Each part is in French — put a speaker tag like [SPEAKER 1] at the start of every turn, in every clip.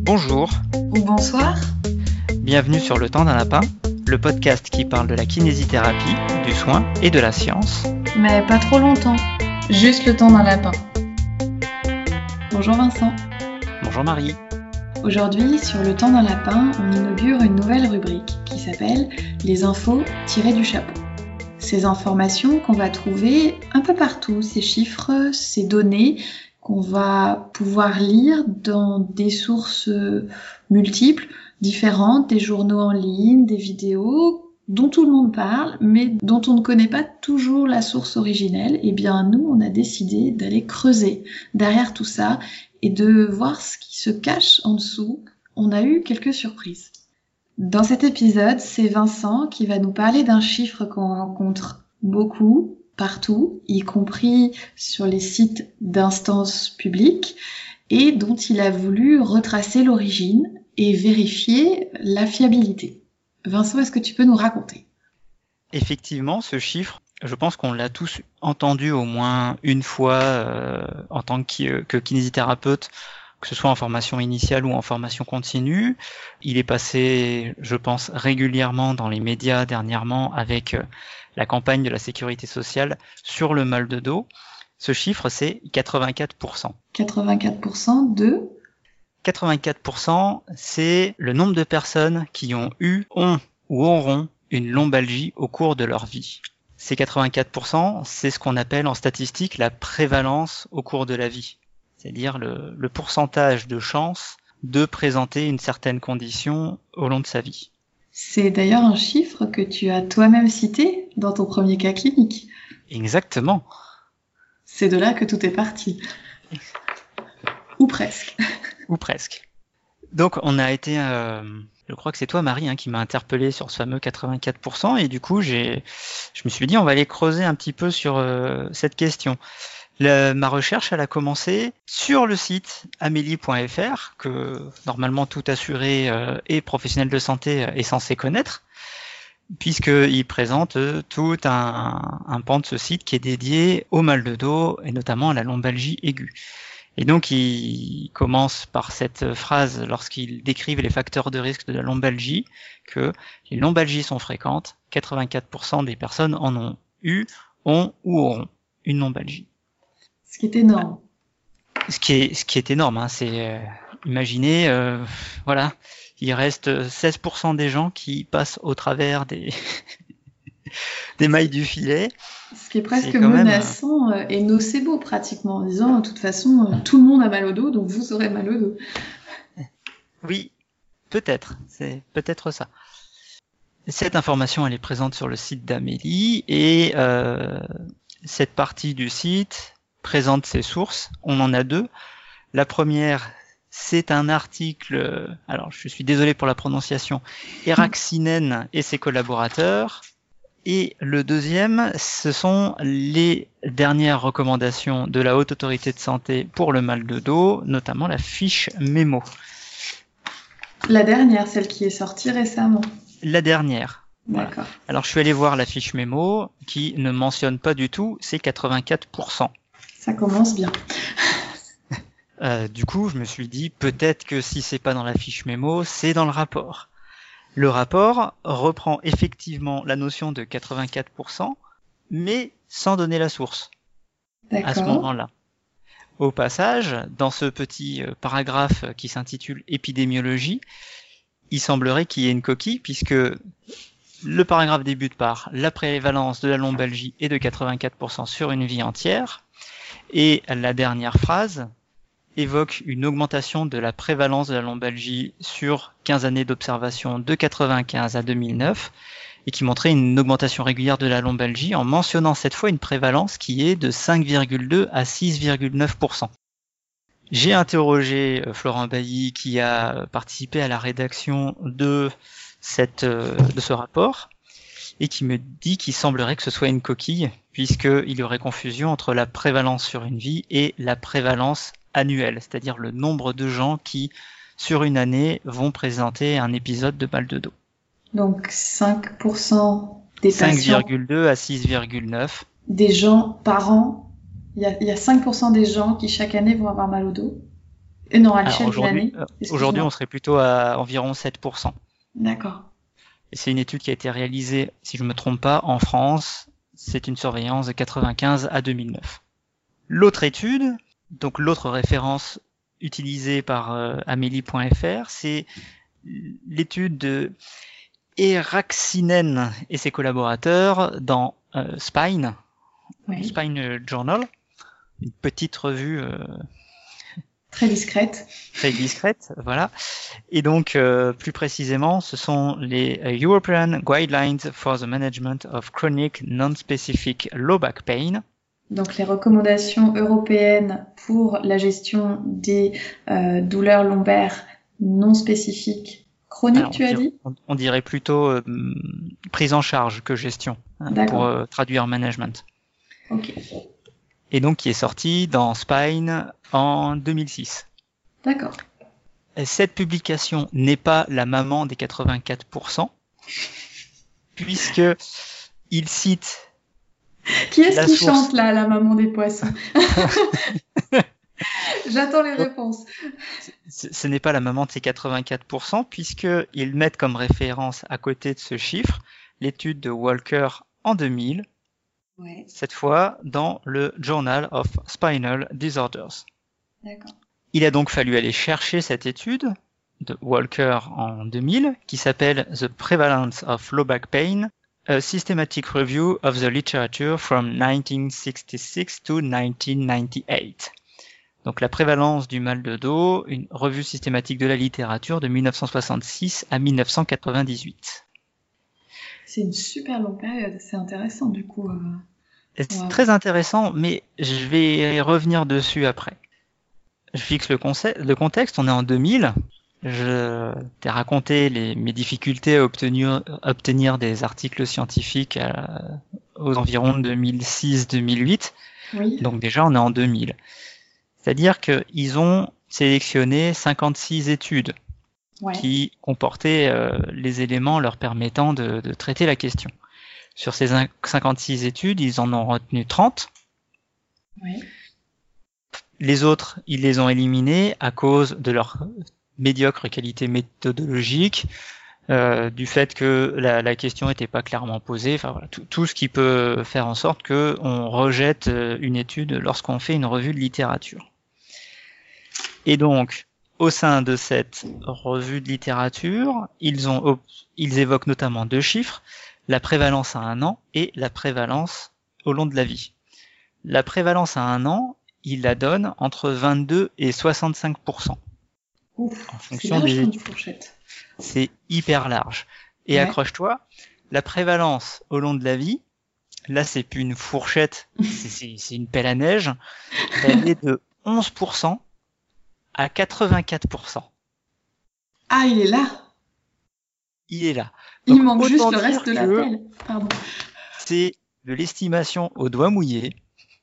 [SPEAKER 1] Bonjour,
[SPEAKER 2] Ou bonsoir.
[SPEAKER 1] bienvenue sur Le Temps d'un Lapin, le podcast qui parle de la kinésithérapie, du soin et de la science.
[SPEAKER 2] Mais pas trop longtemps. Juste le temps d'un lapin. Bonjour Vincent.
[SPEAKER 1] Bonjour Marie.
[SPEAKER 2] Aujourd'hui, sur le temps d'un lapin, on inaugure une nouvelle rubrique qui s'appelle Les infos tirées du chapeau. Ces informations qu'on va trouver un peu partout, ces chiffres, ces données qu'on va pouvoir lire dans des sources multiples, différentes, des journaux en ligne, des vidéos dont tout le monde parle, mais dont on ne connaît pas toujours la source originelle. Eh bien, nous, on a décidé d'aller creuser derrière tout ça et de voir ce qui se cache en dessous. On a eu quelques surprises. Dans cet épisode, c'est Vincent qui va nous parler d'un chiffre qu'on rencontre beaucoup, partout, y compris sur les sites d'instances publiques, et dont il a voulu retracer l'origine et vérifier la fiabilité. Vincent, est-ce que tu peux nous raconter ?
[SPEAKER 1] Effectivement, ce chiffre, je pense qu'on l'a tous entendu au moins une fois en tant que kinésithérapeute, que ce soit en formation initiale ou en formation continue. Il est passé, je pense, régulièrement dans les médias dernièrement avec la campagne de la sécurité sociale sur le mal de dos. Ce chiffre, c'est 84%.
[SPEAKER 2] 84% de...
[SPEAKER 1] 84%, c'est le nombre de personnes qui ont ou auront une lombalgie au cours de leur vie. Ces 84%, c'est ce qu'on appelle en statistique la prévalence au cours de la vie. C'est-à-dire le pourcentage de chances de présenter une certaine condition au long de sa vie.
[SPEAKER 2] C'est d'ailleurs un chiffre que tu as toi-même cité dans ton premier cas clinique.
[SPEAKER 1] Exactement.
[SPEAKER 2] C'est de là que tout est parti. Ou presque.
[SPEAKER 1] Ou presque. Donc on a été, je crois que c'est toi Marie qui m'a interpellé sur ce fameux 84%, et du coup je me suis dit on va aller creuser un petit peu sur cette question. Ma recherche, elle a commencé sur le site amélie.fr, que normalement tout assuré et professionnel de santé est censé connaître, puisqu'il présente tout un pan de ce site qui est dédié au mal de dos et notamment à la lombalgie aiguë. Et donc il commence par cette phrase lorsqu'il décrivent les facteurs de risque de la lombalgie, que les lombalgies sont fréquentes, 84% des personnes en ont eu, ont ou auront une lombalgie.
[SPEAKER 2] Ce qui est énorme.
[SPEAKER 1] Ce qui est énorme, c'est imaginez, voilà, il reste 16% des gens qui passent au travers des des mailles du filet.
[SPEAKER 2] Ce qui est presque menaçant et nocebo pratiquement, en disant de toute façon tout le monde a mal au dos, donc vous aurez mal au dos.
[SPEAKER 1] Oui, peut-être, c'est peut-être ça. Cette information, elle est présente sur le site d'Amélie, et cette partie du site présente ses sources. On en a deux. La première, c'est un article, alors je suis désolé pour la prononciation, Eraxinen et ses collaborateurs. Et le deuxième, ce sont les dernières recommandations de la Haute Autorité de Santé pour le mal de dos, notamment la fiche mémo.
[SPEAKER 2] La dernière, celle qui est sortie récemment.
[SPEAKER 1] La dernière.
[SPEAKER 2] D'accord.
[SPEAKER 1] Voilà. Alors je suis allé voir la fiche mémo qui ne mentionne pas du tout ces 84%.
[SPEAKER 2] Ça commence bien.
[SPEAKER 1] Du coup, je me suis dit peut-être que si c'est pas dans la fiche mémo, c'est dans le rapport. Le rapport reprend effectivement la notion de 84%, mais sans donner la source.
[SPEAKER 2] D'accord.
[SPEAKER 1] À ce moment-là. Au passage, dans ce petit paragraphe qui s'intitule Épidémiologie, il semblerait qu'il y ait une coquille, puisque le paragraphe débute par la prévalence de la lombalgie est de 84% sur une vie entière, et la dernière phrase évoque une augmentation de la prévalence de la lombalgie sur 15 années d'observation de 1995 à 2009, et qui montrait une augmentation régulière de la lombalgie en mentionnant cette fois une prévalence qui est de 5,2 à 6,9%. J'ai interrogé Florent Bailly qui a participé à la rédaction de ce rapport, et qui me dit qu'il semblerait que ce soit une coquille, puisqu'il y aurait confusion entre la prévalence sur une vie et la prévalence annuelle, c'est-à-dire le nombre de gens qui, sur une année, vont présenter un épisode de mal de dos.
[SPEAKER 2] Donc 5% des patients...
[SPEAKER 1] 5,2 à 6,9.
[SPEAKER 2] Des gens par an, il y a 5% des gens qui chaque année vont avoir mal au dos. Et non, à
[SPEAKER 1] Alors
[SPEAKER 2] l'échelle d'une année.
[SPEAKER 1] aujourd'hui, on serait plutôt à environ 7%.
[SPEAKER 2] D'accord.
[SPEAKER 1] Et c'est une étude qui a été réalisée, si je me trompe pas, en France. C'est une surveillance de 95 à 2009. L'autre étude, donc l'autre référence utilisée par Amélie.fr, c'est l'étude de Eraksinen et ses collaborateurs dans Spine,
[SPEAKER 2] Oui.
[SPEAKER 1] Spine Journal, une petite revue
[SPEAKER 2] très discrète,
[SPEAKER 1] voilà. Et donc, plus précisément, ce sont les European Guidelines for the Management of Chronic Non-Specific Low Back Pain.
[SPEAKER 2] Donc les recommandations européennes pour la gestion des douleurs lombaires non spécifiques chroniques, alors, tu as dit ?
[SPEAKER 1] On dirait plutôt prise en charge que gestion, pour traduire management.
[SPEAKER 2] Ok.
[SPEAKER 1] Et donc qui est sorti dans Spine en 2006.
[SPEAKER 2] D'accord.
[SPEAKER 1] Cette publication n'est pas la maman des 84%, puisque il cite...
[SPEAKER 2] Qui est-ce qui chante là, la maman des poissons ? J'attends les réponses.
[SPEAKER 1] Ce n'est pas la maman de ces 84%, puisqu'ils mettent comme référence à côté de ce chiffre l'étude de Walker en 2000,
[SPEAKER 2] ouais.
[SPEAKER 1] Cette fois dans le Journal of Spinal Disorders.
[SPEAKER 2] D'accord.
[SPEAKER 1] Il a donc fallu aller chercher cette étude de Walker en 2000, qui s'appelle The Prevalence of Low Back Pain, A Systematic Review of the Literature from 1966 to 1998. Donc la prévalence du mal de dos, une revue systématique de la littérature de 1966 à 1998.
[SPEAKER 2] C'est une super longue période, c'est intéressant du coup.
[SPEAKER 1] C'est très intéressant, mais je vais revenir dessus après. Je fixe le contexte, on est en 2000. Je t'ai raconté mes difficultés à obtenir des articles scientifiques aux environs de 2006-2008.
[SPEAKER 2] Oui.
[SPEAKER 1] Donc déjà, on est en 2000. C'est-à-dire qu'ils ont sélectionné 56 études qui comportaient les éléments leur permettant de traiter la question. Sur ces 56 études, ils en ont retenu 30.
[SPEAKER 2] Oui.
[SPEAKER 1] Les autres, ils les ont éliminés à cause de leur médiocre qualité méthodologique, du fait que la question n'était pas clairement posée, enfin voilà, tout ce qui peut faire en sorte que on rejette une étude lorsqu'on fait une revue de littérature. Et donc, au sein de cette revue de littérature, ils évoquent notamment deux chiffres, la prévalence à 1 an et la prévalence au long de la vie. La prévalence à 1 an, ils la donnent entre 22 et 65%.
[SPEAKER 2] Ouf,
[SPEAKER 1] en fonction des
[SPEAKER 2] études. Fourchette.
[SPEAKER 1] C'est hyper large. Et accroche-toi, la prévalence au long de la vie, là c'est plus une fourchette, c'est une pelle à neige, elle est de 11% à 84%.
[SPEAKER 2] Ah, il est là.
[SPEAKER 1] Il est là.
[SPEAKER 2] Donc, il manque juste le reste de la pelle. Pardon.
[SPEAKER 1] C'est de l'estimation au doigt mouillé.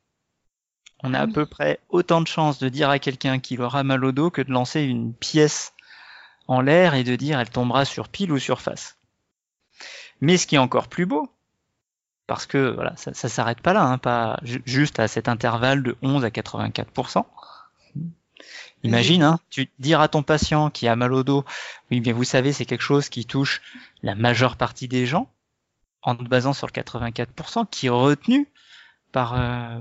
[SPEAKER 1] On a à peu près autant de chances de dire à quelqu'un qu'il aura mal au dos que de lancer une pièce en l'air et de dire elle tombera sur pile ou sur face. Mais ce qui est encore plus beau, parce que voilà, ça s'arrête pas là, hein, pas juste à cet intervalle de 11 à 84%. Imagine, hein, tu dire à ton patient qui a mal au dos, oui, bien vous savez, c'est quelque chose qui touche la majeure partie des gens, en te basant sur le 84%, qui est retenu par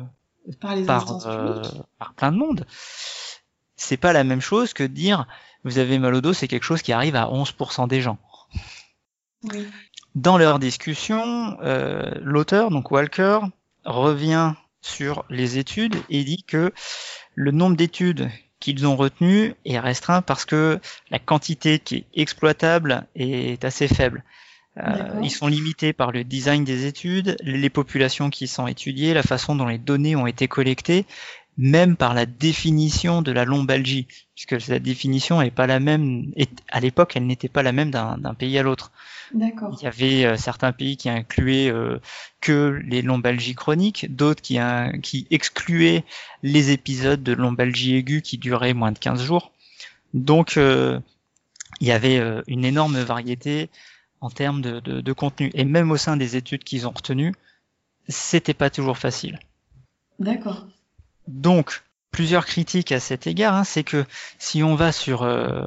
[SPEAKER 1] plein de monde. C'est pas la même chose que de dire vous avez mal au dos, c'est quelque chose qui arrive à 11% des gens.
[SPEAKER 2] Oui.
[SPEAKER 1] Dans leur discussion, l'auteur, donc Walker, revient sur les études et dit que le nombre d'études qu'ils ont retenues est restreint parce que la quantité qui est exploitable est assez faible. Ils sont limités par le design des études, les populations qui sont étudiées, la façon dont les données ont été collectées, même par la définition de la lombalgie, puisque la définition n'est pas la même, et à l'époque elle n'était pas la même d'un pays à l'autre.
[SPEAKER 2] D'accord.
[SPEAKER 1] Il y avait certains pays qui incluaient que les lombalgies chroniques, d'autres qui excluaient les épisodes de lombalgie aiguë qui duraient moins de 15 jours. Donc il y avait une énorme variété en termes de contenu. Et même au sein des études qu'ils ont retenues, c'était pas toujours facile.
[SPEAKER 2] D'accord.
[SPEAKER 1] Donc, plusieurs critiques à cet égard, hein. C'est que si on va sur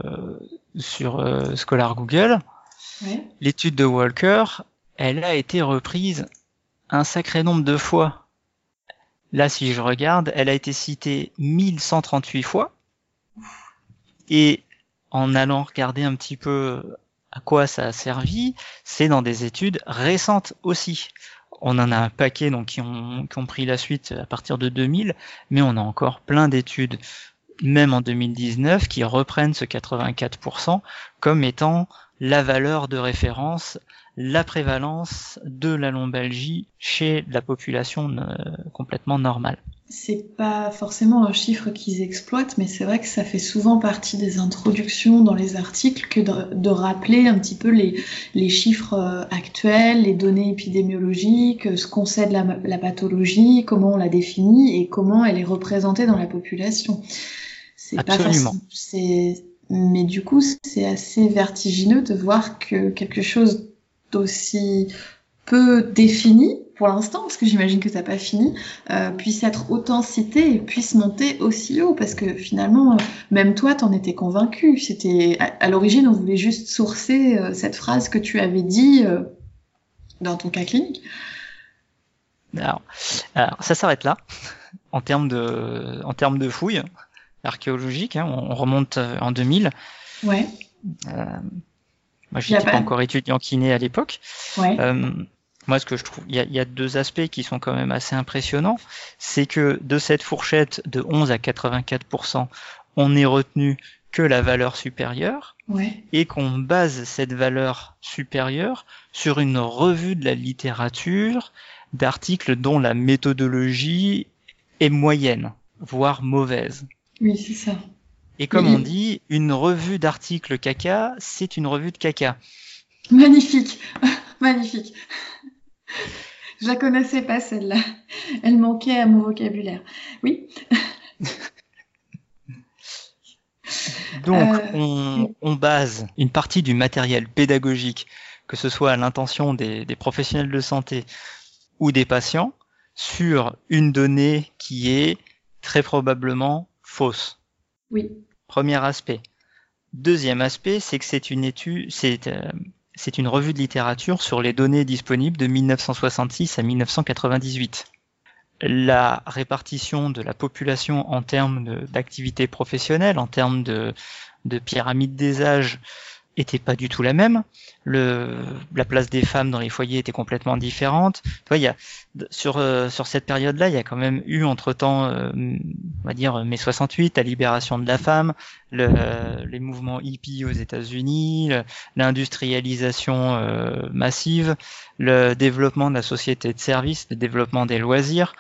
[SPEAKER 1] Scholar Google,
[SPEAKER 2] Ouais.
[SPEAKER 1] l'étude de Walker, elle a été reprise un sacré nombre de fois. Là, si je regarde, elle a été citée 1138 fois. Et en allant regarder un petit peu à quoi ça a servi, c'est dans des études récentes aussi. On en a un paquet donc qui ont pris la suite à partir de 2000, mais on a encore plein d'études, même en 2019, qui reprennent ce 84% comme étant la valeur de référence, la prévalence de la lombalgie chez la population complètement normale.
[SPEAKER 2] C'est pas forcément un chiffre qu'ils exploitent, mais c'est vrai que ça fait souvent partie des introductions dans les articles que de rappeler un petit peu les chiffres actuels, les données épidémiologiques, ce qu'on sait de la pathologie, comment on la définit et comment elle est représentée dans la population. C'est
[SPEAKER 1] Absolument.
[SPEAKER 2] pas forcément, mais du coup, c'est assez vertigineux de voir que quelque chose d'aussi peu défini pour l'instant, parce que j'imagine que t'as pas fini, puisse être autant cité et puisse monter aussi haut, parce que finalement, même toi, t'en étais convaincu. C'était à l'origine, on voulait juste sourcer cette phrase que tu avais dit dans ton cas clinique.
[SPEAKER 1] Alors ça s'arrête là en termes de fouilles archéologiques. Hein, on remonte en 2000.
[SPEAKER 2] Ouais.
[SPEAKER 1] Moi, j'étais pas encore étudiant kiné à l'époque.
[SPEAKER 2] Ouais.
[SPEAKER 1] Moi, ce que je trouve, il y a deux aspects qui sont quand même assez impressionnants. C'est que de cette fourchette de 11 à 84%, on n'est retenu que la valeur supérieure.
[SPEAKER 2] Ouais.
[SPEAKER 1] Et qu'on base cette valeur supérieure sur une revue de la littérature d'articles dont la méthodologie est moyenne, voire mauvaise.
[SPEAKER 2] Oui, c'est ça.
[SPEAKER 1] Et comme on dit, une revue d'articles caca, c'est une revue de caca.
[SPEAKER 2] Magnifique, magnifique. Je la connaissais pas celle-là. Elle manquait à mon vocabulaire. Oui.
[SPEAKER 1] Donc, on base une partie du matériel pédagogique, que ce soit à l'intention des professionnels de santé ou des patients, sur une donnée qui est très probablement fausse.
[SPEAKER 2] Oui.
[SPEAKER 1] Premier aspect. Deuxième aspect, c'est que c'est une étude, c'est une revue de littérature sur les données disponibles de 1966 à 1998. La répartition de la population en termes d'activité professionnelle, en termes de pyramide des âges, était pas du tout la même. La place des femmes dans les foyers était complètement différente. Tu vois, il y a sur cette période-là, il y a quand même eu entre-temps, on va dire mai 68, la libération de la femme, les mouvements hippies aux États-Unis, l'industrialisation massive, le développement de la société de services, le développement des loisirs.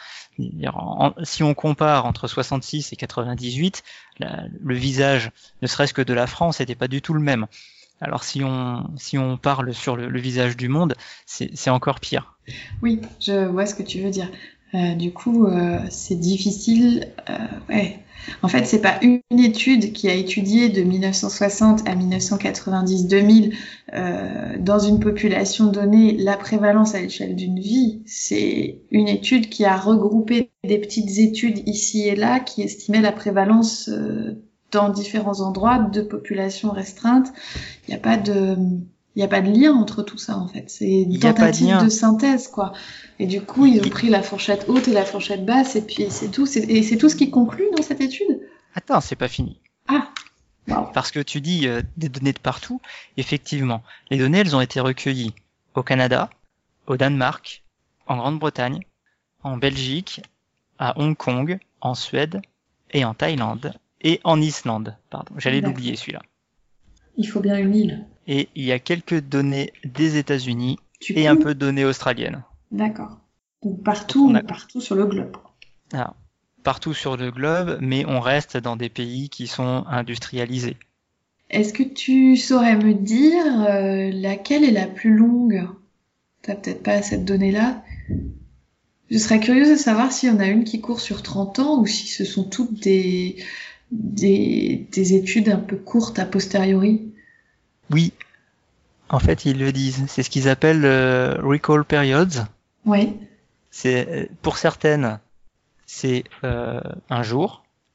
[SPEAKER 1] Si on compare entre 66 et 98, le visage, ne serait-ce que de la France, n'était pas du tout le même. Alors si on parle sur le visage du monde, c'est encore pire.
[SPEAKER 2] Oui, je vois ce que tu veux dire. Du coup, c'est difficile. Ouais. En fait, c'est pas une étude qui a étudié de 1960 à 1990-2000 dans une population donnée la prévalence à l'échelle d'une vie. C'est une étude qui a regroupé des petites études ici et là qui estimaient la prévalence dans différents endroits de populations restreintes. Il n'y a pas de lien entre tout ça, en fait. C'est une tentative de synthèse, quoi. Et du coup, ils ont pris la fourchette haute et la fourchette basse, et puis c'est tout. Et c'est tout ce qui conclut dans cette étude.
[SPEAKER 1] Attends, c'est pas fini.
[SPEAKER 2] Ah, wow.
[SPEAKER 1] Parce que tu dis des données de partout. Effectivement, les données, elles ont été recueillies au Canada, au Danemark, en Grande-Bretagne, en Belgique, à Hong Kong, en Suède et en Thaïlande. Et en Islande, pardon. J'allais l'oublier, celui-là.
[SPEAKER 2] Il faut bien une île.
[SPEAKER 1] Et il y a quelques données des États-Unis et un peu de données australiennes.
[SPEAKER 2] D'accord. Donc partout sur le globe.
[SPEAKER 1] Alors, partout sur le globe, mais on reste dans des pays qui sont industrialisés.
[SPEAKER 2] Est-ce que tu saurais me dire laquelle est la plus longue? T'as peut-être pas cette donnée-là. Je serais curieuse de savoir s'il y en a une qui court sur 30 ans ou si ce sont toutes des études un peu courtes a posteriori.
[SPEAKER 1] Oui, en fait ils le disent. C'est ce qu'ils appellent recall periods.
[SPEAKER 2] Oui.
[SPEAKER 1] C'est pour certaines, c'est un jour.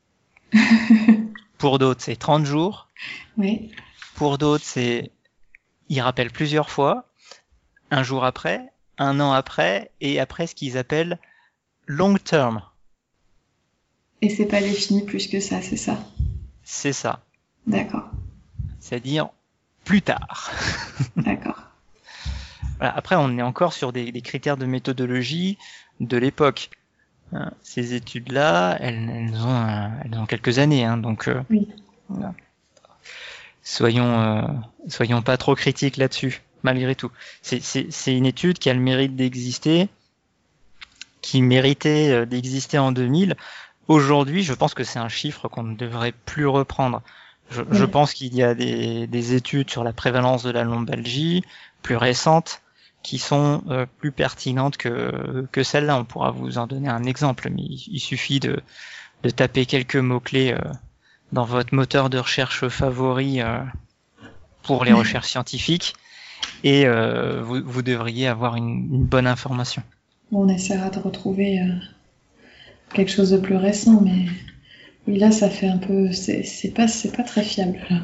[SPEAKER 1] Pour d'autres, c'est 30 jours.
[SPEAKER 2] Oui.
[SPEAKER 1] Pour d'autres, c'est ils rappellent plusieurs fois, un jour après, un an après, et après ce qu'ils appellent long term.
[SPEAKER 2] Et c'est pas défini plus que ça, c'est ça?
[SPEAKER 1] C'est ça.
[SPEAKER 2] D'accord.
[SPEAKER 1] C'est-à-dire plus tard.
[SPEAKER 2] D'accord.
[SPEAKER 1] Voilà. Après, on est encore sur des critères de méthodologie de l'époque. Ces études-là, elles ont quelques années, hein, donc
[SPEAKER 2] Oui.
[SPEAKER 1] voilà. Soyons pas trop critiques là-dessus, malgré tout. C'est une étude qui a le mérite d'exister, qui méritait d'exister en 2000. Aujourd'hui, je pense que c'est un chiffre qu'on ne devrait plus reprendre. Je pense qu'il y a des études sur la prévalence de la lombalgie, plus récentes, qui sont plus pertinentes que celle-là. On pourra vous en donner un exemple, mais il suffit de taper quelques mots-clés dans votre moteur de recherche favori pour les recherches scientifiques, et vous devriez avoir une bonne information.
[SPEAKER 2] On essaiera de retrouver quelque chose de plus récent, mais oui, là, ça fait un peu... C'est pas très fiable, là.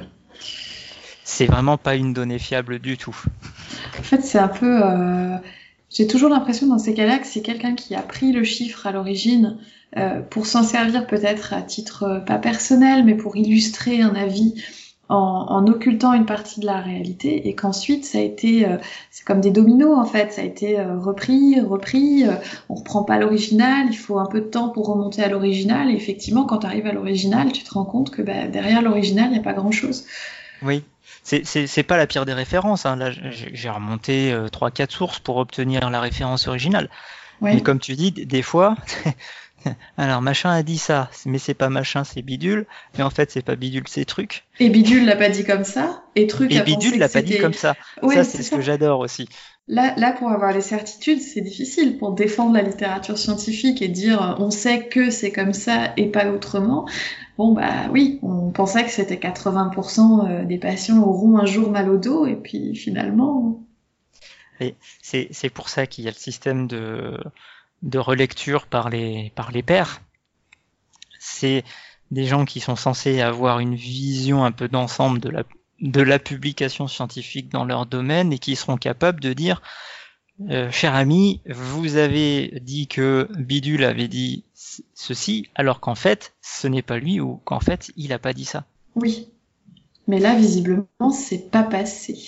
[SPEAKER 1] C'est vraiment pas une donnée fiable du tout.
[SPEAKER 2] En fait, c'est un peu... J'ai toujours l'impression dans ces cas-là que c'est quelqu'un qui a pris le chiffre à l'origine pour s'en servir peut-être à titre pas personnel, mais pour illustrer un avis en occultant une partie de la réalité, et qu'ensuite ça a été, c'est comme des dominos en fait, ça a été repris, on reprend pas l'original, il faut un peu de temps pour remonter à l'original, et effectivement quand tu arrives à l'original, tu te rends compte que derrière l'original, il n'y a pas grand-chose.
[SPEAKER 1] Oui, c'est pas la pire des références, hein. Là, j'ai remonté 3-4 sources pour obtenir la référence originale.
[SPEAKER 2] Ouais.
[SPEAKER 1] Mais comme tu dis, des fois, alors machin a dit ça, mais c'est pas machin, c'est bidule. Mais en fait, c'est pas bidule, c'est truc.
[SPEAKER 2] Et bidule l'a pas dit comme ça, et truc
[SPEAKER 1] Et
[SPEAKER 2] a pensé
[SPEAKER 1] bidule
[SPEAKER 2] que
[SPEAKER 1] l'a pas dit
[SPEAKER 2] c'était...
[SPEAKER 1] comme ça.
[SPEAKER 2] Ouais,
[SPEAKER 1] Ça, c'est ce
[SPEAKER 2] ça.
[SPEAKER 1] que j'adore aussi.
[SPEAKER 2] Là, pour avoir les certitudes, c'est difficile. Pour défendre la littérature scientifique et dire on sait que c'est comme ça et pas autrement, bon bah oui, on pensait que c'était 80% des patients auront un jour mal au dos, et puis finalement...
[SPEAKER 1] Et c'est pour ça qu'il y a le système de relecture par les pairs. C'est des gens qui sont censés avoir une vision un peu d'ensemble de la publication scientifique dans leur domaine, et qui seront capables de dire cher ami, vous avez dit que Bidule avait dit ceci, alors qu'en fait, ce n'est pas lui, ou qu'en fait, il n'a pas dit ça.
[SPEAKER 2] Oui, mais là, visiblement, c'est pas passé.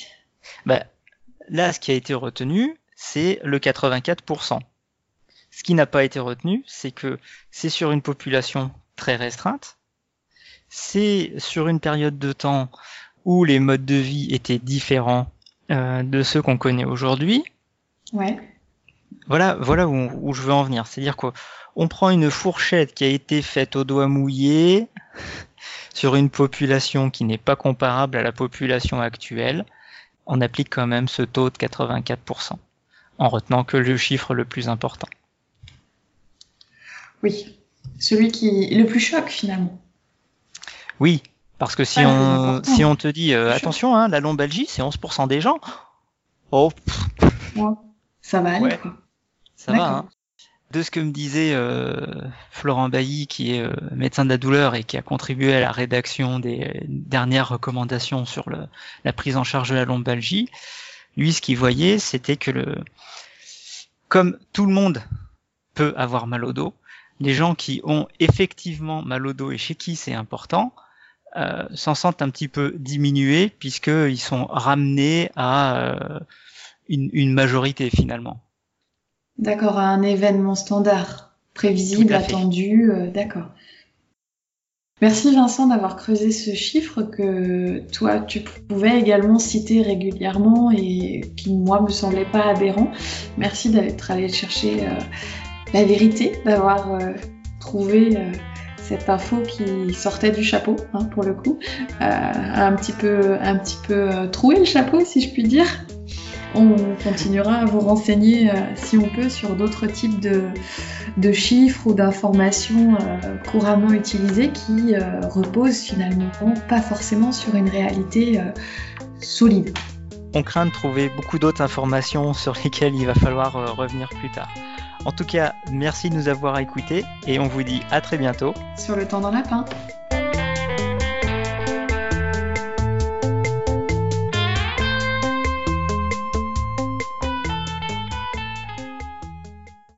[SPEAKER 1] Là, ce qui a été retenu, c'est le 84%. Ce qui n'a pas été retenu, c'est que c'est sur une population très restreinte, c'est sur une période de temps où les modes de vie étaient différents de ceux qu'on connaît aujourd'hui.
[SPEAKER 2] Ouais.
[SPEAKER 1] Voilà où je veux en venir. C'est-à-dire qu'on prend une fourchette qui a été faite au doigt mouillé sur une population qui n'est pas comparable à la population actuelle. On applique quand même ce taux de 84%, en retenant que le chiffre le plus important.
[SPEAKER 2] Oui, celui qui le plus choque finalement.
[SPEAKER 1] Oui, parce que si on te dit attention, hein, la lombalgie c'est 11% des gens, oh,
[SPEAKER 2] ouais, ça va aller,
[SPEAKER 1] ouais,
[SPEAKER 2] quoi.
[SPEAKER 1] Ça va. Hein. De ce que me disait Florent Bailly, qui est médecin de la douleur et qui a contribué à la rédaction des dernières recommandations sur la prise en charge de la lombalgie, lui ce qu'il voyait, c'était que comme tout le monde peut avoir mal au dos, les gens qui ont effectivement mal au dos et chez qui c'est important s'en sentent un petit peu diminués, puisqu'ils sont ramenés à une majorité finalement.
[SPEAKER 2] D'accord, à un événement standard, prévisible, attendu, d'accord. Merci Vincent d'avoir creusé ce chiffre que toi tu pouvais également citer régulièrement et qui moi me semblait pas aberrant. Merci d'être allé chercher la vérité, d'avoir trouvé cette info qui sortait du chapeau, hein, pour le coup, un petit peu troué le chapeau si je puis dire. On continuera à vous renseigner si on peut sur d'autres types de chiffres ou d'informations couramment utilisées qui reposent finalement pas forcément sur une réalité solide.
[SPEAKER 1] On craint de trouver beaucoup d'autres informations sur lesquelles il va falloir revenir plus tard. En tout cas, merci de nous avoir écoutés et on vous dit à très bientôt
[SPEAKER 2] sur le temps d'un lapin.